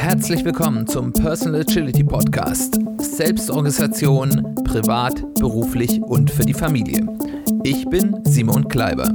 Herzlich willkommen zum Personal Agility Podcast. Selbstorganisation, privat, beruflich und für die Familie. Ich bin Simon Kleiber.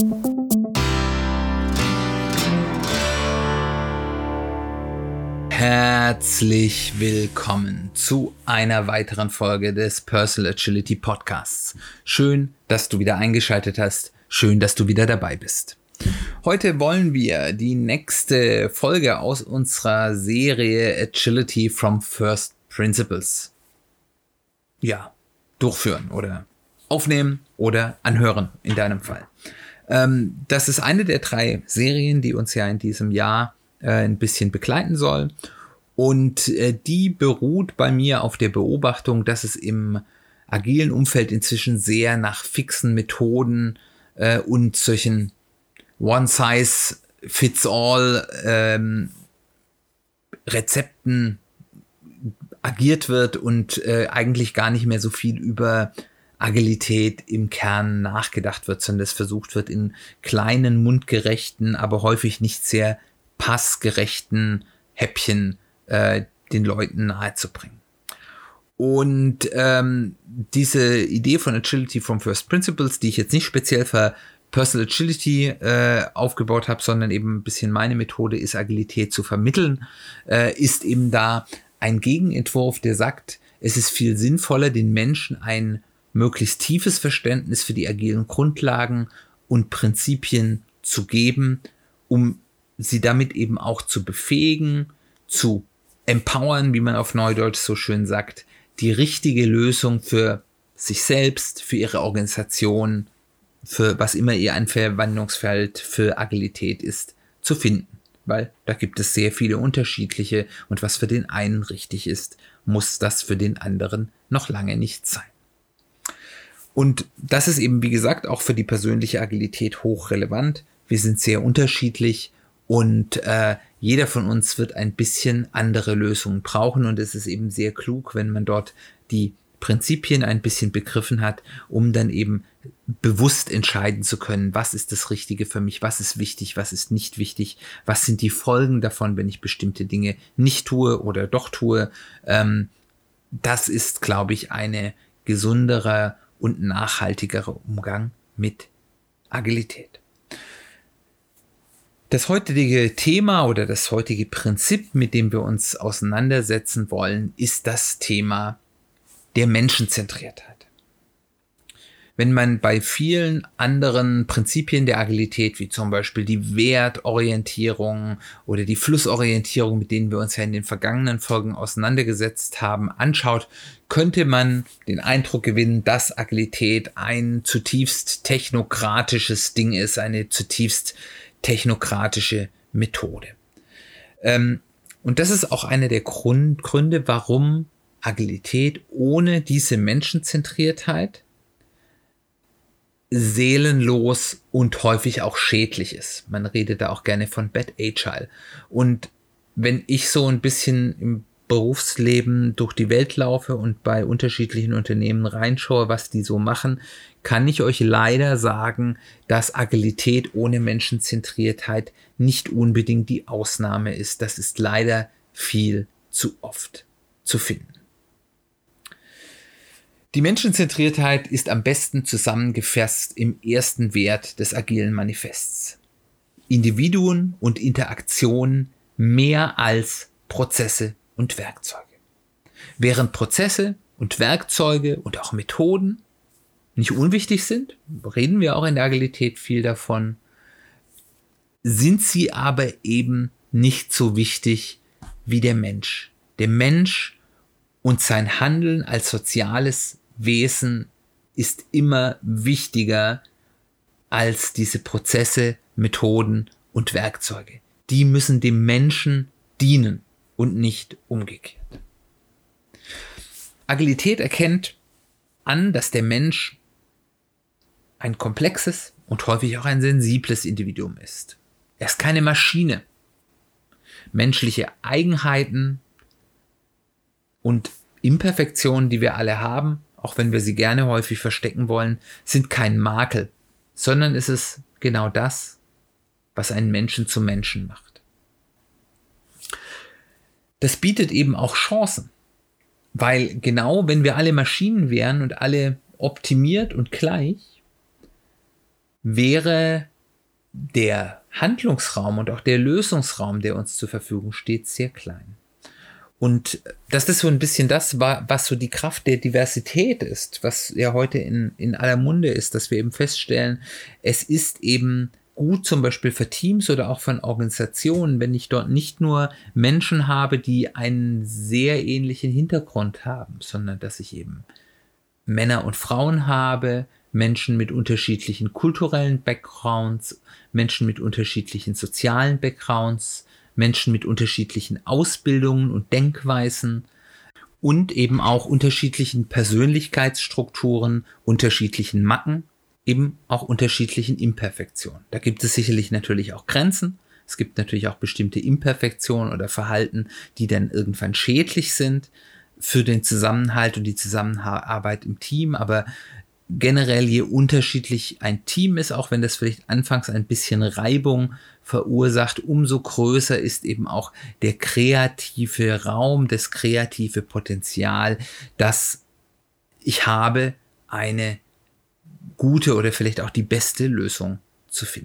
Herzlich willkommen zu einer weiteren Folge des Personal Agility Podcasts. Schön, dass du wieder eingeschaltet hast. Schön, dass du wieder dabei bist. Heute wollen wir die nächste Folge aus unserer Serie Agility from First Principles durchführen oder aufnehmen oder anhören in deinem Fall. Das ist eine der 3 Serien, die uns ja in diesem Jahr ein bisschen begleiten soll. Und die beruht bei mir auf der Beobachtung, dass es im agilen Umfeld inzwischen sehr nach fixen Methoden und solchen One-Size-Fits-All Rezepten agiert wird und eigentlich gar nicht mehr so viel über Agilität im Kern nachgedacht wird, sondern es versucht wird, in kleinen, mundgerechten, aber häufig nicht sehr passgerechten Häppchen den Leuten nahezubringen. Und diese Idee von Agility from First Principles, die ich jetzt nicht speziell für Personal Agility aufgebaut habe, sondern eben ein bisschen meine Methode ist, Agilität zu vermitteln, ist eben da ein Gegenentwurf, der sagt, es ist viel sinnvoller, den Menschen ein möglichst tiefes Verständnis für die agilen Grundlagen und Prinzipien zu geben, um sie damit eben auch zu befähigen, zu empowern, wie man auf Neudeutsch so schön sagt, die richtige Lösung für sich selbst, für ihre Organisation, für was immer ihr ein Verwendungsfeld für Agilität ist, zu finden. Weil da gibt es sehr viele unterschiedliche und was für den einen richtig ist, muss das für den anderen noch lange nicht sein. Und das ist eben, wie gesagt, auch für die persönliche Agilität hochrelevant. Wir sind sehr unterschiedlich und jeder von uns wird ein bisschen andere Lösungen brauchen und es ist eben sehr klug, wenn man dort die Prinzipien ein bisschen begriffen hat, um dann eben bewusst entscheiden zu können, was ist das Richtige für mich, was ist wichtig, was ist nicht wichtig, was sind die Folgen davon, wenn ich bestimmte Dinge nicht tue oder doch tue. Das ist, glaube ich, eine gesünderer und nachhaltigerer Umgang mit Agilität. Das heutige Thema oder das heutige Prinzip, mit dem wir uns auseinandersetzen wollen, ist das Thema der Menschenzentriertheit. Wenn man bei vielen anderen Prinzipien der Agilität, wie zum Beispiel die Wertorientierung oder die Flussorientierung, mit denen wir uns ja in den vergangenen Folgen auseinandergesetzt haben, anschaut, könnte man den Eindruck gewinnen, dass Agilität ein zutiefst technokratisches Ding ist, eine zutiefst technokratische Methode. Und das ist auch einer der Gründe, warum Agilität ohne diese Menschenzentriertheit seelenlos und häufig auch schädlich ist. Man redet da auch gerne von Bad Agile. Und wenn ich so ein bisschen im Berufsleben durch die Welt laufe und bei unterschiedlichen Unternehmen reinschaue, was die so machen, kann ich euch leider sagen, dass Agilität ohne Menschenzentriertheit nicht unbedingt die Ausnahme ist. Das ist leider viel zu oft zu finden. Die Menschenzentriertheit ist am besten zusammengefasst im ersten Wert des agilen Manifests. Individuen und Interaktionen mehr als Prozesse und Werkzeuge. Während Prozesse und Werkzeuge und auch Methoden nicht unwichtig sind, reden wir auch in der Agilität viel davon, sind sie aber eben nicht so wichtig wie der Mensch. Der Mensch und sein Handeln als soziales Wesen ist immer wichtiger als diese Prozesse, Methoden und Werkzeuge. Die müssen dem Menschen dienen und nicht umgekehrt. Agilität erkennt an, dass der Mensch ein komplexes und häufig auch ein sensibles Individuum ist. Er ist keine Maschine. Menschliche Eigenheiten und Imperfektionen, die wir alle haben, auch wenn wir sie gerne häufig verstecken wollen, sind kein Makel, sondern es ist genau das, was einen Menschen zum Menschen macht. das bietet eben auch Chancen. Weil genau, wenn wir alle Maschinen wären und alle optimiert und gleich, wäre der Handlungsraum und auch der Lösungsraum, der uns zur Verfügung steht, sehr klein. Und das ist so ein bisschen das, was so die Kraft der Diversität ist, was ja heute in aller Munde ist, dass wir eben feststellen, es ist eben gut zum Beispiel für Teams oder auch von Organisationen, wenn ich dort nicht nur Menschen habe, die einen sehr ähnlichen Hintergrund haben, sondern dass ich eben Männer und Frauen habe, Menschen mit unterschiedlichen kulturellen Backgrounds, Menschen mit unterschiedlichen sozialen Backgrounds, Menschen mit unterschiedlichen Ausbildungen und Denkweisen und eben auch unterschiedlichen Persönlichkeitsstrukturen, unterschiedlichen Macken, eben auch unterschiedlichen Imperfektionen. Da gibt es sicherlich natürlich auch Grenzen. Es gibt natürlich auch bestimmte Imperfektionen oder Verhalten, die dann irgendwann schädlich sind für den Zusammenhalt und die Zusammenarbeit im Team. Aber generell, je unterschiedlich ein Team ist, auch wenn das vielleicht anfangs ein bisschen Reibung verursacht, umso größer ist eben auch der kreative Raum, das kreative Potenzial, dass ich habe, eine gute oder vielleicht auch die beste Lösung zu finden.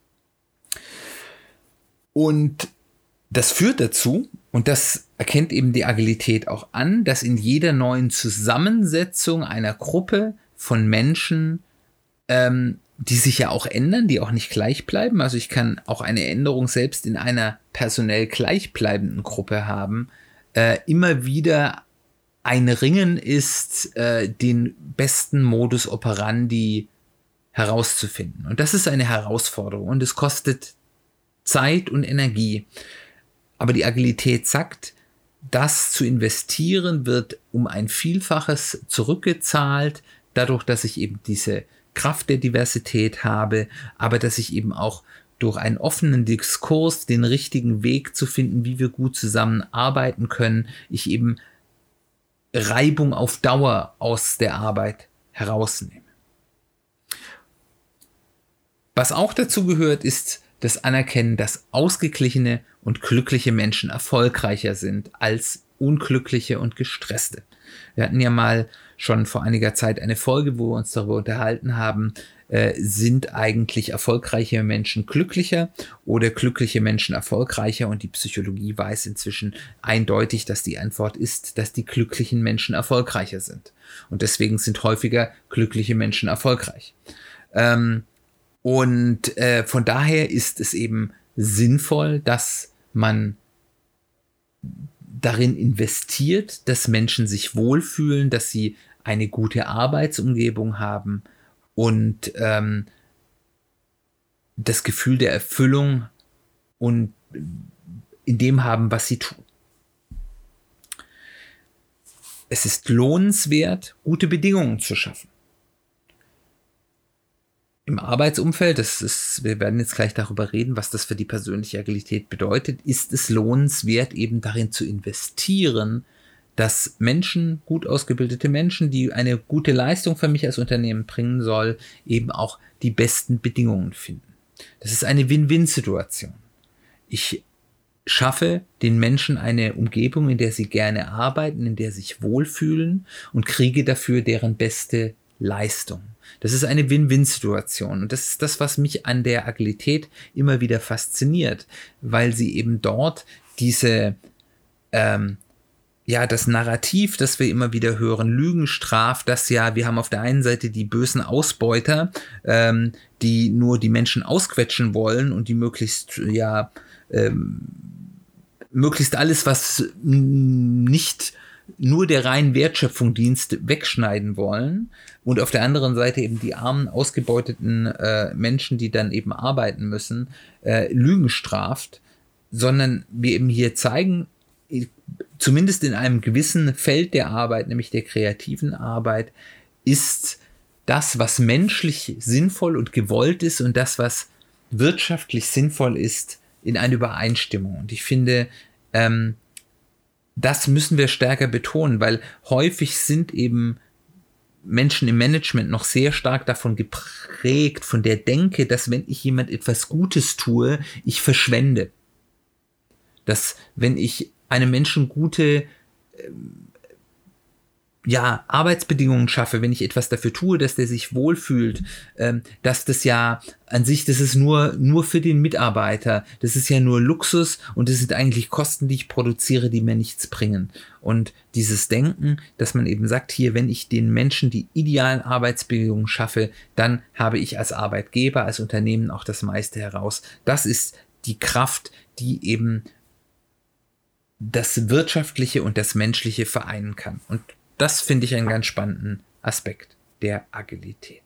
Und das führt dazu, und das erkennt eben die Agilität auch an, dass in jeder neuen Zusammensetzung einer Gruppe von Menschen, die sich ja auch ändern, die auch nicht gleich bleiben. Also ich kann auch eine Änderung selbst in einer personell gleichbleibenden Gruppe haben, immer wieder ein Ringen ist, den besten Modus operandi herauszufinden. Und das ist eine Herausforderung und es kostet Zeit und Energie. Aber die Agilität sagt, das zu investieren wird um ein Vielfaches zurückgezahlt, dadurch, dass ich eben diese Kraft der Diversität habe, aber dass ich eben auch durch einen offenen Diskurs den richtigen Weg zu finden, wie wir gut zusammenarbeiten können, ich eben Reibung auf Dauer aus der Arbeit herausnehme. Was auch dazu gehört, ist das Anerkennen, dass ausgeglichene und glückliche Menschen erfolgreicher sind als unglückliche und gestresste. Wir hatten ja mal schon vor einiger Zeit eine Folge, wo wir uns darüber unterhalten haben, sind eigentlich erfolgreiche Menschen glücklicher oder glückliche Menschen erfolgreicher? Und die Psychologie weiß inzwischen eindeutig, dass die Antwort ist, dass die glücklichen Menschen erfolgreicher sind. Und deswegen sind häufiger glückliche Menschen erfolgreich. Von daher ist es eben sinnvoll, dass man darin investiert, dass Menschen sich wohlfühlen, dass sie eine gute Arbeitsumgebung haben und das Gefühl der Erfüllung und in dem haben, was sie tun. Es ist lohnenswert, gute Bedingungen zu schaffen. Im Arbeitsumfeld, wir werden jetzt gleich darüber reden, was das für die persönliche Agilität bedeutet, ist es lohnenswert, eben darin zu investieren, dass Menschen, gut ausgebildete Menschen, die eine gute Leistung für mich als Unternehmen bringen soll, eben auch die besten Bedingungen finden. Das ist eine Win-Win-Situation. Ich schaffe den Menschen eine Umgebung, in der sie gerne arbeiten, in der sie sich wohlfühlen und kriege dafür deren beste Leistung. Das ist eine Win-Win-Situation und das ist das, was mich an der Agilität immer wieder fasziniert, weil sie eben dort das Narrativ, das wir immer wieder hören, Lügen straft, dass ja, wir haben auf der einen Seite die bösen Ausbeuter, die nur die Menschen ausquetschen wollen und die möglichst alles, was nicht nur der reinen Wertschöpfung dient, wegschneiden wollen. Und auf der anderen Seite eben die armen, ausgebeuteten Menschen, die dann eben arbeiten müssen, Lügen straft, sondern wir eben hier zeigen, zumindest in einem gewissen Feld der Arbeit, nämlich der kreativen Arbeit, ist das, was menschlich sinnvoll und gewollt ist und das, was wirtschaftlich sinnvoll ist, in einer Übereinstimmung. Und ich finde, das müssen wir stärker betonen, weil häufig sind eben Menschen im Management noch sehr stark davon geprägt, von der Denke, dass wenn ich jemand etwas Gutes tue, ich verschwende. Dass wenn ich einem Menschen gute Arbeitsbedingungen schaffe, wenn ich etwas dafür tue, dass der sich wohlfühlt, dass das ja an sich, das ist nur für den Mitarbeiter, das ist ja nur Luxus und das sind eigentlich Kosten, die ich produziere, die mir nichts bringen. Und dieses Denken, dass man eben sagt, hier, wenn ich den Menschen die idealen Arbeitsbedingungen schaffe, dann habe ich als Arbeitgeber, als Unternehmen auch das meiste heraus. Das ist die Kraft, die eben das Wirtschaftliche und das Menschliche vereinen kann. Und das finde ich einen ganz spannenden Aspekt der Agilität.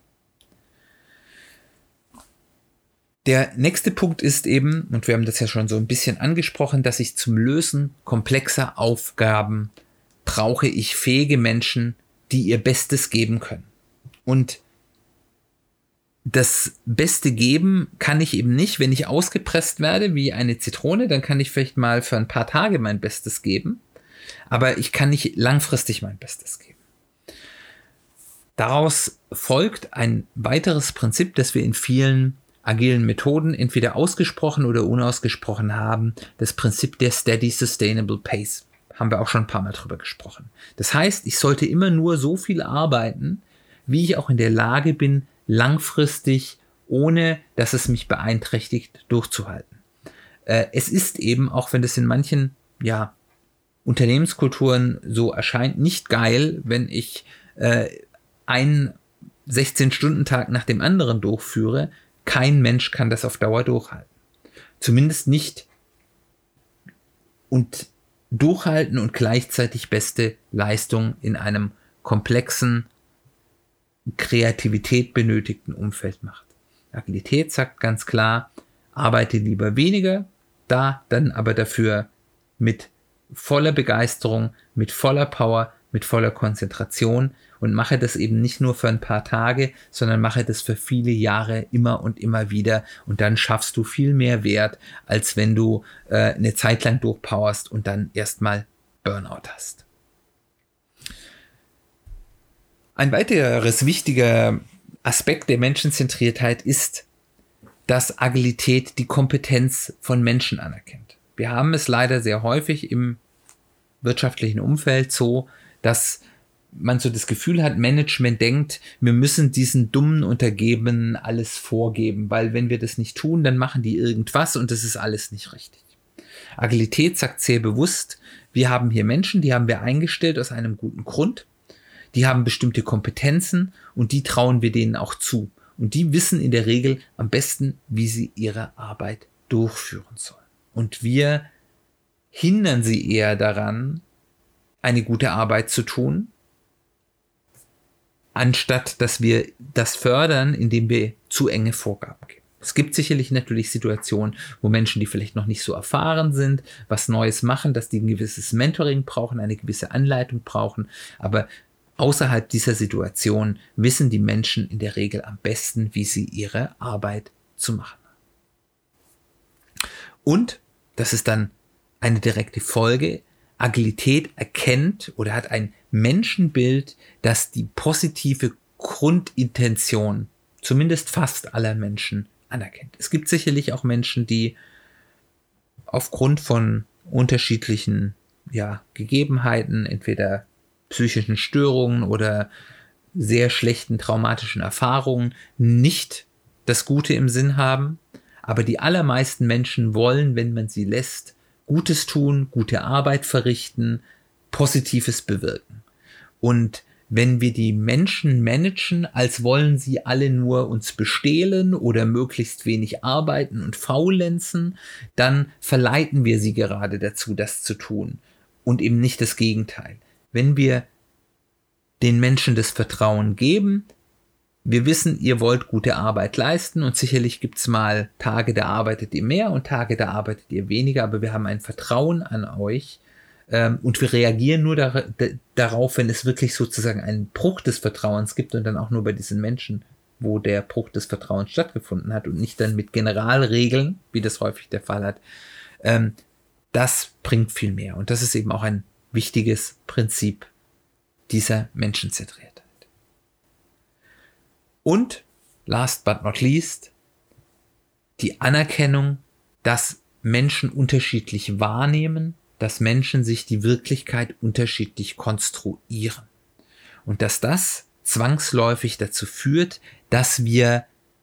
Der nächste Punkt ist eben, und wir haben das ja schon so ein bisschen angesprochen, dass ich zum Lösen komplexer Aufgaben brauche ich fähige Menschen, die ihr Bestes geben können. Und das Beste geben kann ich eben nicht, wenn ich ausgepresst werde wie eine Zitrone, dann kann ich vielleicht mal für ein paar Tage mein Bestes geben. Aber ich kann nicht langfristig mein Bestes geben. Daraus folgt ein weiteres Prinzip, das wir in vielen agilen Methoden entweder ausgesprochen oder unausgesprochen haben, das Prinzip der Steady Sustainable Pace. Haben wir auch schon ein paar Mal drüber gesprochen. Das heißt, ich sollte immer nur so viel arbeiten, wie ich auch in der Lage bin, langfristig, ohne dass es mich beeinträchtigt, durchzuhalten. Es ist eben, auch wenn das in manchen, Unternehmenskulturen so erscheint, nicht geil, wenn ich einen 16-Stunden-Tag nach dem anderen durchführe. Kein Mensch kann das auf Dauer durchhalten. Zumindest nicht und durchhalten und gleichzeitig beste Leistung in einem komplexen, Kreativität benötigten Umfeld macht. Agilität sagt ganz klar, arbeite lieber weniger, dann aber dafür mit voller Begeisterung, mit voller Power, mit voller Konzentration und mache das eben nicht nur für ein paar Tage, sondern mache das für viele Jahre immer und immer wieder und dann schaffst du viel mehr Wert, als wenn du eine Zeit lang durchpowerst und dann erstmal Burnout hast. Ein weiteres wichtiger Aspekt der Menschenzentriertheit ist, dass Agilität die Kompetenz von Menschen anerkennt. Wir haben es leider sehr häufig im wirtschaftlichen Umfeld so, dass man so das Gefühl hat, Management denkt, wir müssen diesen dummen Untergebenen alles vorgeben, weil wenn wir das nicht tun, dann machen die irgendwas und das ist alles nicht richtig. Agilität sagt sehr bewusst, wir haben hier Menschen, die haben wir eingestellt aus einem guten Grund, die haben bestimmte Kompetenzen und die trauen wir denen auch zu. Und die wissen in der Regel am besten, wie sie ihre Arbeit durchführen sollen. Und wir hindern sie eher daran, eine gute Arbeit zu tun, anstatt dass wir das fördern, indem wir zu enge Vorgaben geben. Es gibt sicherlich natürlich Situationen, wo Menschen, die vielleicht noch nicht so erfahren sind, was Neues machen, dass die ein gewisses Mentoring brauchen, eine gewisse Anleitung brauchen, aber außerhalb dieser Situation wissen die Menschen in der Regel am besten, wie sie ihre Arbeit zu machen haben. Und, das ist dann eine direkte Folge, Agilität erkennt oder hat ein Menschenbild, das die positive Grundintention zumindest fast aller Menschen anerkennt. Es gibt sicherlich auch Menschen, die aufgrund von unterschiedlichen Gegebenheiten, entweder psychischen Störungen oder sehr schlechten traumatischen Erfahrungen, nicht das Gute im Sinn haben, aber die allermeisten Menschen wollen, wenn man sie lässt, Gutes tun, gute Arbeit verrichten, Positives bewirken. Und wenn wir die Menschen managen, als wollen sie alle nur uns bestehlen oder möglichst wenig arbeiten und faulenzen, dann verleiten wir sie gerade dazu, das zu tun und eben nicht das Gegenteil. Wenn wir den Menschen das Vertrauen geben, wir wissen, ihr wollt gute Arbeit leisten und sicherlich gibt es mal Tage, da arbeitet ihr mehr und Tage, da arbeitet ihr weniger, aber wir haben ein Vertrauen an euch und wir reagieren nur darauf, wenn es wirklich sozusagen einen Bruch des Vertrauens gibt und dann auch nur bei diesen Menschen, wo der Bruch des Vertrauens stattgefunden hat und nicht dann mit Generalregeln, wie das häufig der Fall hat. Das bringt viel mehr und das ist eben auch ein wichtiges Prinzip dieser Menschenzentriertheit. Und, last but not least, die Anerkennung, dass Menschen unterschiedlich wahrnehmen, dass Menschen sich die Wirklichkeit unterschiedlich konstruieren. Und dass das zwangsläufig dazu führt, dass wir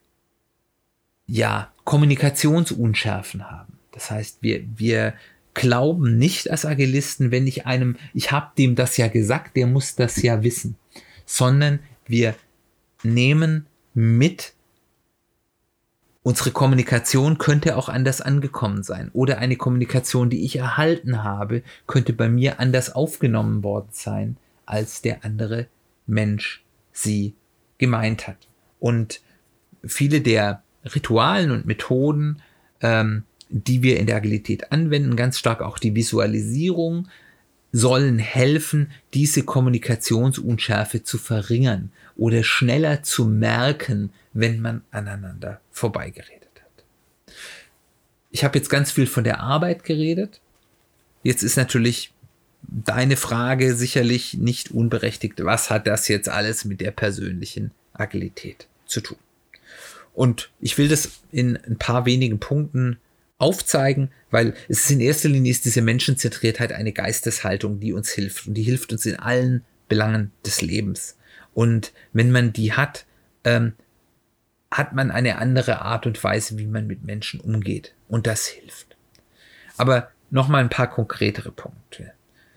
Kommunikationsunschärfen haben. Das heißt, wir glauben nicht als Agilisten, wenn ich habe dem das ja gesagt, der muss das ja wissen, sondern wir nehmen mit, unsere Kommunikation könnte auch anders angekommen sein oder eine Kommunikation, die ich erhalten habe, könnte bei mir anders aufgenommen worden sein, als der andere Mensch sie gemeint hat. Und viele der Ritualen und Methoden, die wir in der Agilität anwenden, ganz stark auch die Visualisierung, sollen helfen, diese Kommunikationsunschärfe zu verringern oder schneller zu merken, wenn man aneinander vorbeigeredet hat. Ich habe jetzt ganz viel von der Arbeit geredet. Jetzt ist natürlich deine Frage sicherlich nicht unberechtigt. Was hat das jetzt alles mit der persönlichen Agilität zu tun? Und ich will das in ein paar wenigen Punkten aufzeigen, weil es ist in erster Linie diese Menschenzentriertheit eine Geisteshaltung, die uns hilft. Und die hilft uns in allen Belangen des Lebens. Und wenn man die hat, hat man eine andere Art und Weise, wie man mit Menschen umgeht. Und das hilft. Aber nochmal ein paar konkretere Punkte.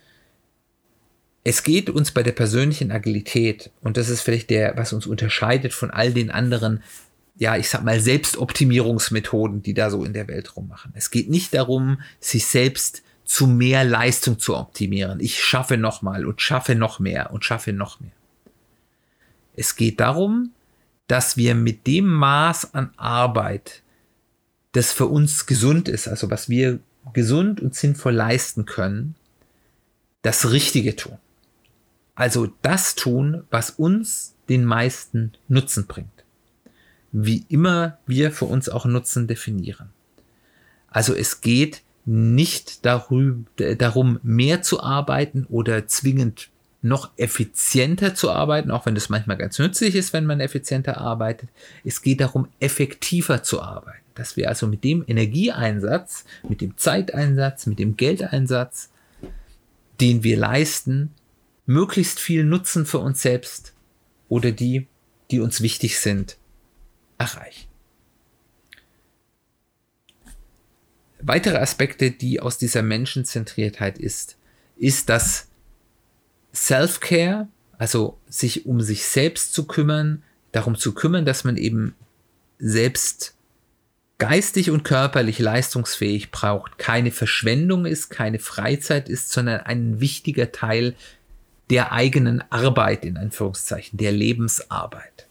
Es geht uns bei der persönlichen Agilität, und das ist vielleicht was uns unterscheidet von all den anderen, Selbstoptimierungsmethoden, die da so in der Welt rummachen. Es geht nicht darum, sich selbst zu mehr Leistung zu optimieren. Ich schaffe nochmal und schaffe noch mehr und schaffe noch mehr. Es geht darum, dass wir mit dem Maß an Arbeit, das für uns gesund ist, also was wir gesund und sinnvoll leisten können, das Richtige tun. Also das tun, was uns den meisten Nutzen bringt. Wie immer wir für uns auch Nutzen definieren. Also es geht nicht darum, mehr zu arbeiten oder zwingend noch effizienter zu arbeiten, auch wenn das manchmal ganz nützlich ist, wenn man effizienter arbeitet. Es geht darum, effektiver zu arbeiten. Dass wir also mit dem Energieeinsatz, mit dem Zeiteinsatz, mit dem Geldeinsatz, den wir leisten, möglichst viel Nutzen für uns selbst oder die uns wichtig sind, erreichen. Weitere Aspekte, die aus dieser Menschenzentriertheit ist das Self-Care, also sich um sich selbst zu kümmern, darum zu kümmern, dass man eben selbst geistig und körperlich leistungsfähig braucht, keine Verschwendung ist, keine Freizeit ist, sondern ein wichtiger Teil der eigenen Arbeit, in Anführungszeichen, der Lebensarbeit.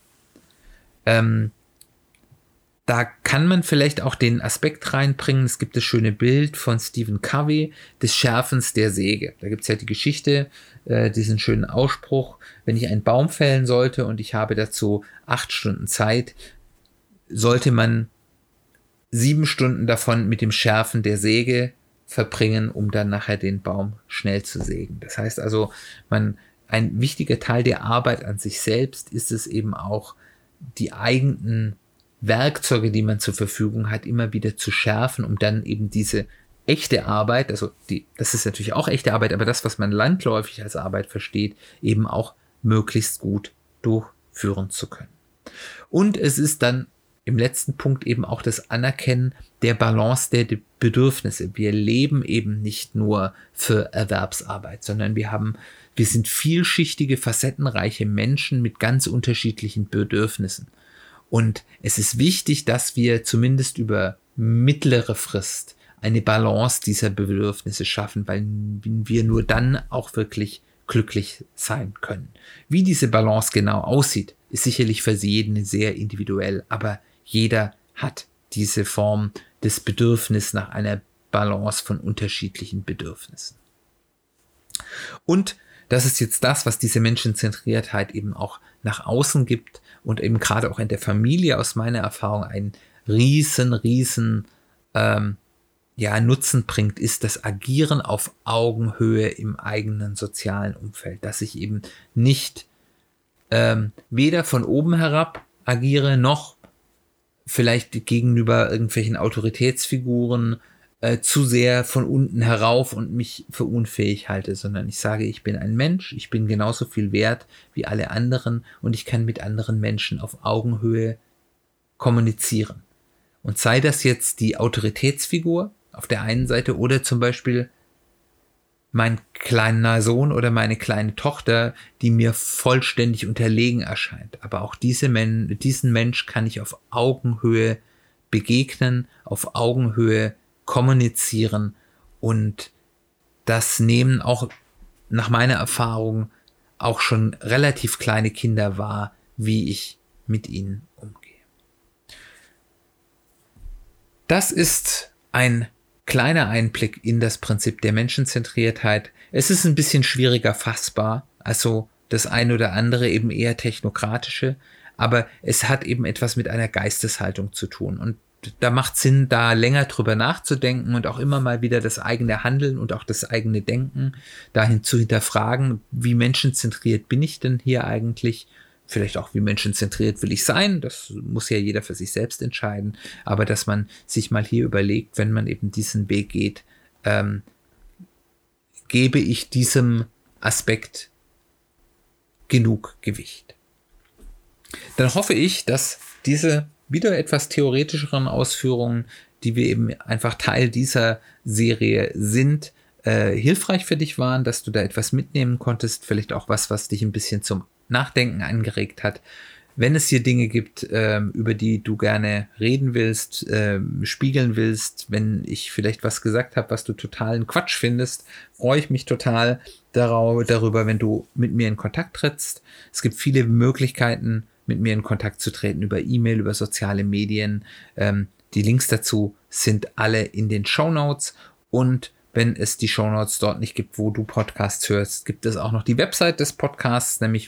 Da kann man vielleicht auch den Aspekt reinbringen, es gibt das schöne Bild von Stephen Covey, des Schärfens der Säge. Da gibt es ja die Geschichte, diesen schönen Ausspruch, wenn ich einen Baum fällen sollte und ich habe dazu 8 Stunden Zeit, sollte man 7 Stunden davon mit dem Schärfen der Säge verbringen, um dann nachher den Baum schnell zu sägen. Das heißt also, ein wichtiger Teil der Arbeit an sich selbst ist es eben auch, die eigenen Werkzeuge, die man zur Verfügung hat, immer wieder zu schärfen, um dann eben diese echte Arbeit, das ist natürlich auch echte Arbeit, aber das, was man landläufig als Arbeit versteht, eben auch möglichst gut durchführen zu können. Und es ist dann im letzten Punkt eben auch das Anerkennen der Balance der Bedürfnisse. Wir leben eben nicht nur für Erwerbsarbeit, sondern wir sind vielschichtige, facettenreiche Menschen mit ganz unterschiedlichen Bedürfnissen. Und es ist wichtig, dass wir zumindest über mittlere Frist eine Balance dieser Bedürfnisse schaffen, weil wir nur dann auch wirklich glücklich sein können. Wie diese Balance genau aussieht, ist sicherlich für jeden sehr individuell, aber jeder hat diese Form des Bedürfnisses nach einer Balance von unterschiedlichen Bedürfnissen. Und das ist jetzt das, was diese Menschenzentriertheit eben auch nach außen gibt und eben gerade auch in der Familie aus meiner Erfahrung einen riesen Nutzen bringt, ist das Agieren auf Augenhöhe im eigenen sozialen Umfeld, dass ich eben nicht weder von oben herab agiere, noch vielleicht gegenüber irgendwelchen Autoritätsfiguren zu sehr von unten herauf und mich für unfähig halte, sondern ich sage, ich bin ein Mensch, ich bin genauso viel wert wie alle anderen und ich kann mit anderen Menschen auf Augenhöhe kommunizieren. Und sei das jetzt die Autoritätsfigur auf der einen Seite oder zum Beispiel mein kleiner Sohn oder meine kleine Tochter, die mir vollständig unterlegen erscheint. Aber auch diesen Mensch kann ich auf Augenhöhe begegnen, auf Augenhöhe kommunizieren und das nehmen auch nach meiner Erfahrung auch schon relativ kleine Kinder wahr, wie ich mit ihnen umgehe. Das ist ein kleiner Einblick in das Prinzip der Menschenzentriertheit. Es ist ein bisschen schwieriger fassbar, also das eine oder andere eben eher technokratische, aber es hat eben etwas mit einer Geisteshaltung zu tun und da macht Sinn, da länger drüber nachzudenken und auch immer mal wieder das eigene Handeln und auch das eigene Denken dahin zu hinterfragen, wie menschenzentriert bin ich denn hier eigentlich? Vielleicht auch, wie menschenzentriert will ich sein? Das muss ja jeder für sich selbst entscheiden. Aber dass man sich mal hier überlegt, wenn man eben diesen Weg geht, gebe ich diesem Aspekt genug Gewicht. Dann hoffe ich, dass diese wieder etwas theoretischeren Ausführungen, die wir eben einfach Teil dieser Serie sind, hilfreich für dich waren, dass du da etwas mitnehmen konntest, vielleicht auch was dich ein bisschen zum Nachdenken angeregt hat. Wenn es hier Dinge gibt, über die du gerne reden willst, spiegeln willst, wenn ich vielleicht was gesagt habe, was du totalen Quatsch findest, freue ich mich total darüber, wenn du mit mir in Kontakt trittst. Es gibt viele Möglichkeiten, mit mir in Kontakt zu treten, über E-Mail, über soziale Medien. Die Links dazu sind alle in den Shownotes und wenn es die Shownotes dort nicht gibt, wo du Podcasts hörst, gibt es auch noch die Website des Podcasts, nämlich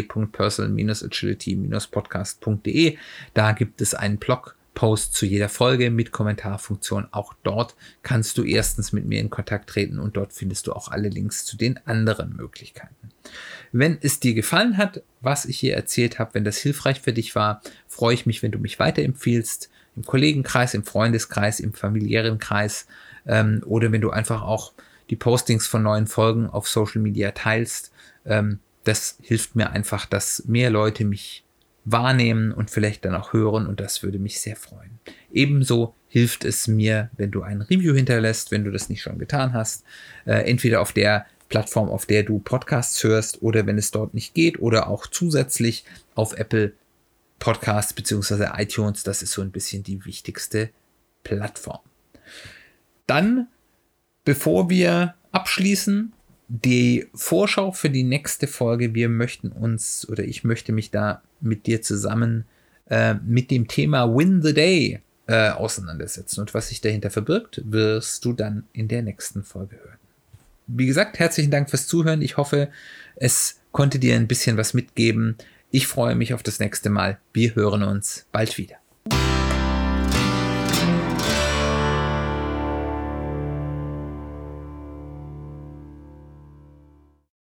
www.personal-agility-podcast.de. Da gibt es einen Blogpost zu jeder Folge mit Kommentarfunktion. Auch dort kannst du erstens mit mir in Kontakt treten und dort findest du auch alle Links zu den anderen Möglichkeiten. Wenn es dir gefallen hat, was ich hier erzählt habe, wenn das hilfreich für dich war, freue ich mich, wenn du mich weiterempfiehlst, im Kollegenkreis, im Freundeskreis, im familiären Kreis, oder wenn du einfach auch die Postings von neuen Folgen auf Social Media teilst. Das hilft mir einfach, dass mehr Leute mich wahrnehmen und vielleicht dann auch hören und das würde mich sehr freuen. Ebenso hilft es mir, wenn du ein Review hinterlässt, wenn du das nicht schon getan hast, entweder auf der Plattform, auf der du Podcasts hörst oder wenn es dort nicht geht oder auch zusätzlich auf Apple Podcasts bzw. iTunes. Das ist so ein bisschen die wichtigste Plattform. Dann, bevor wir abschließen, die Vorschau für die nächste Folge. Ich möchte mich da mit dir zusammen mit dem Thema Win the Day auseinandersetzen. Und was sich dahinter verbirgt, wirst du dann in der nächsten Folge hören. Wie gesagt, herzlichen Dank fürs Zuhören. Ich hoffe, es konnte dir ein bisschen was mitgeben. Ich freue mich auf das nächste Mal. Wir hören uns bald wieder.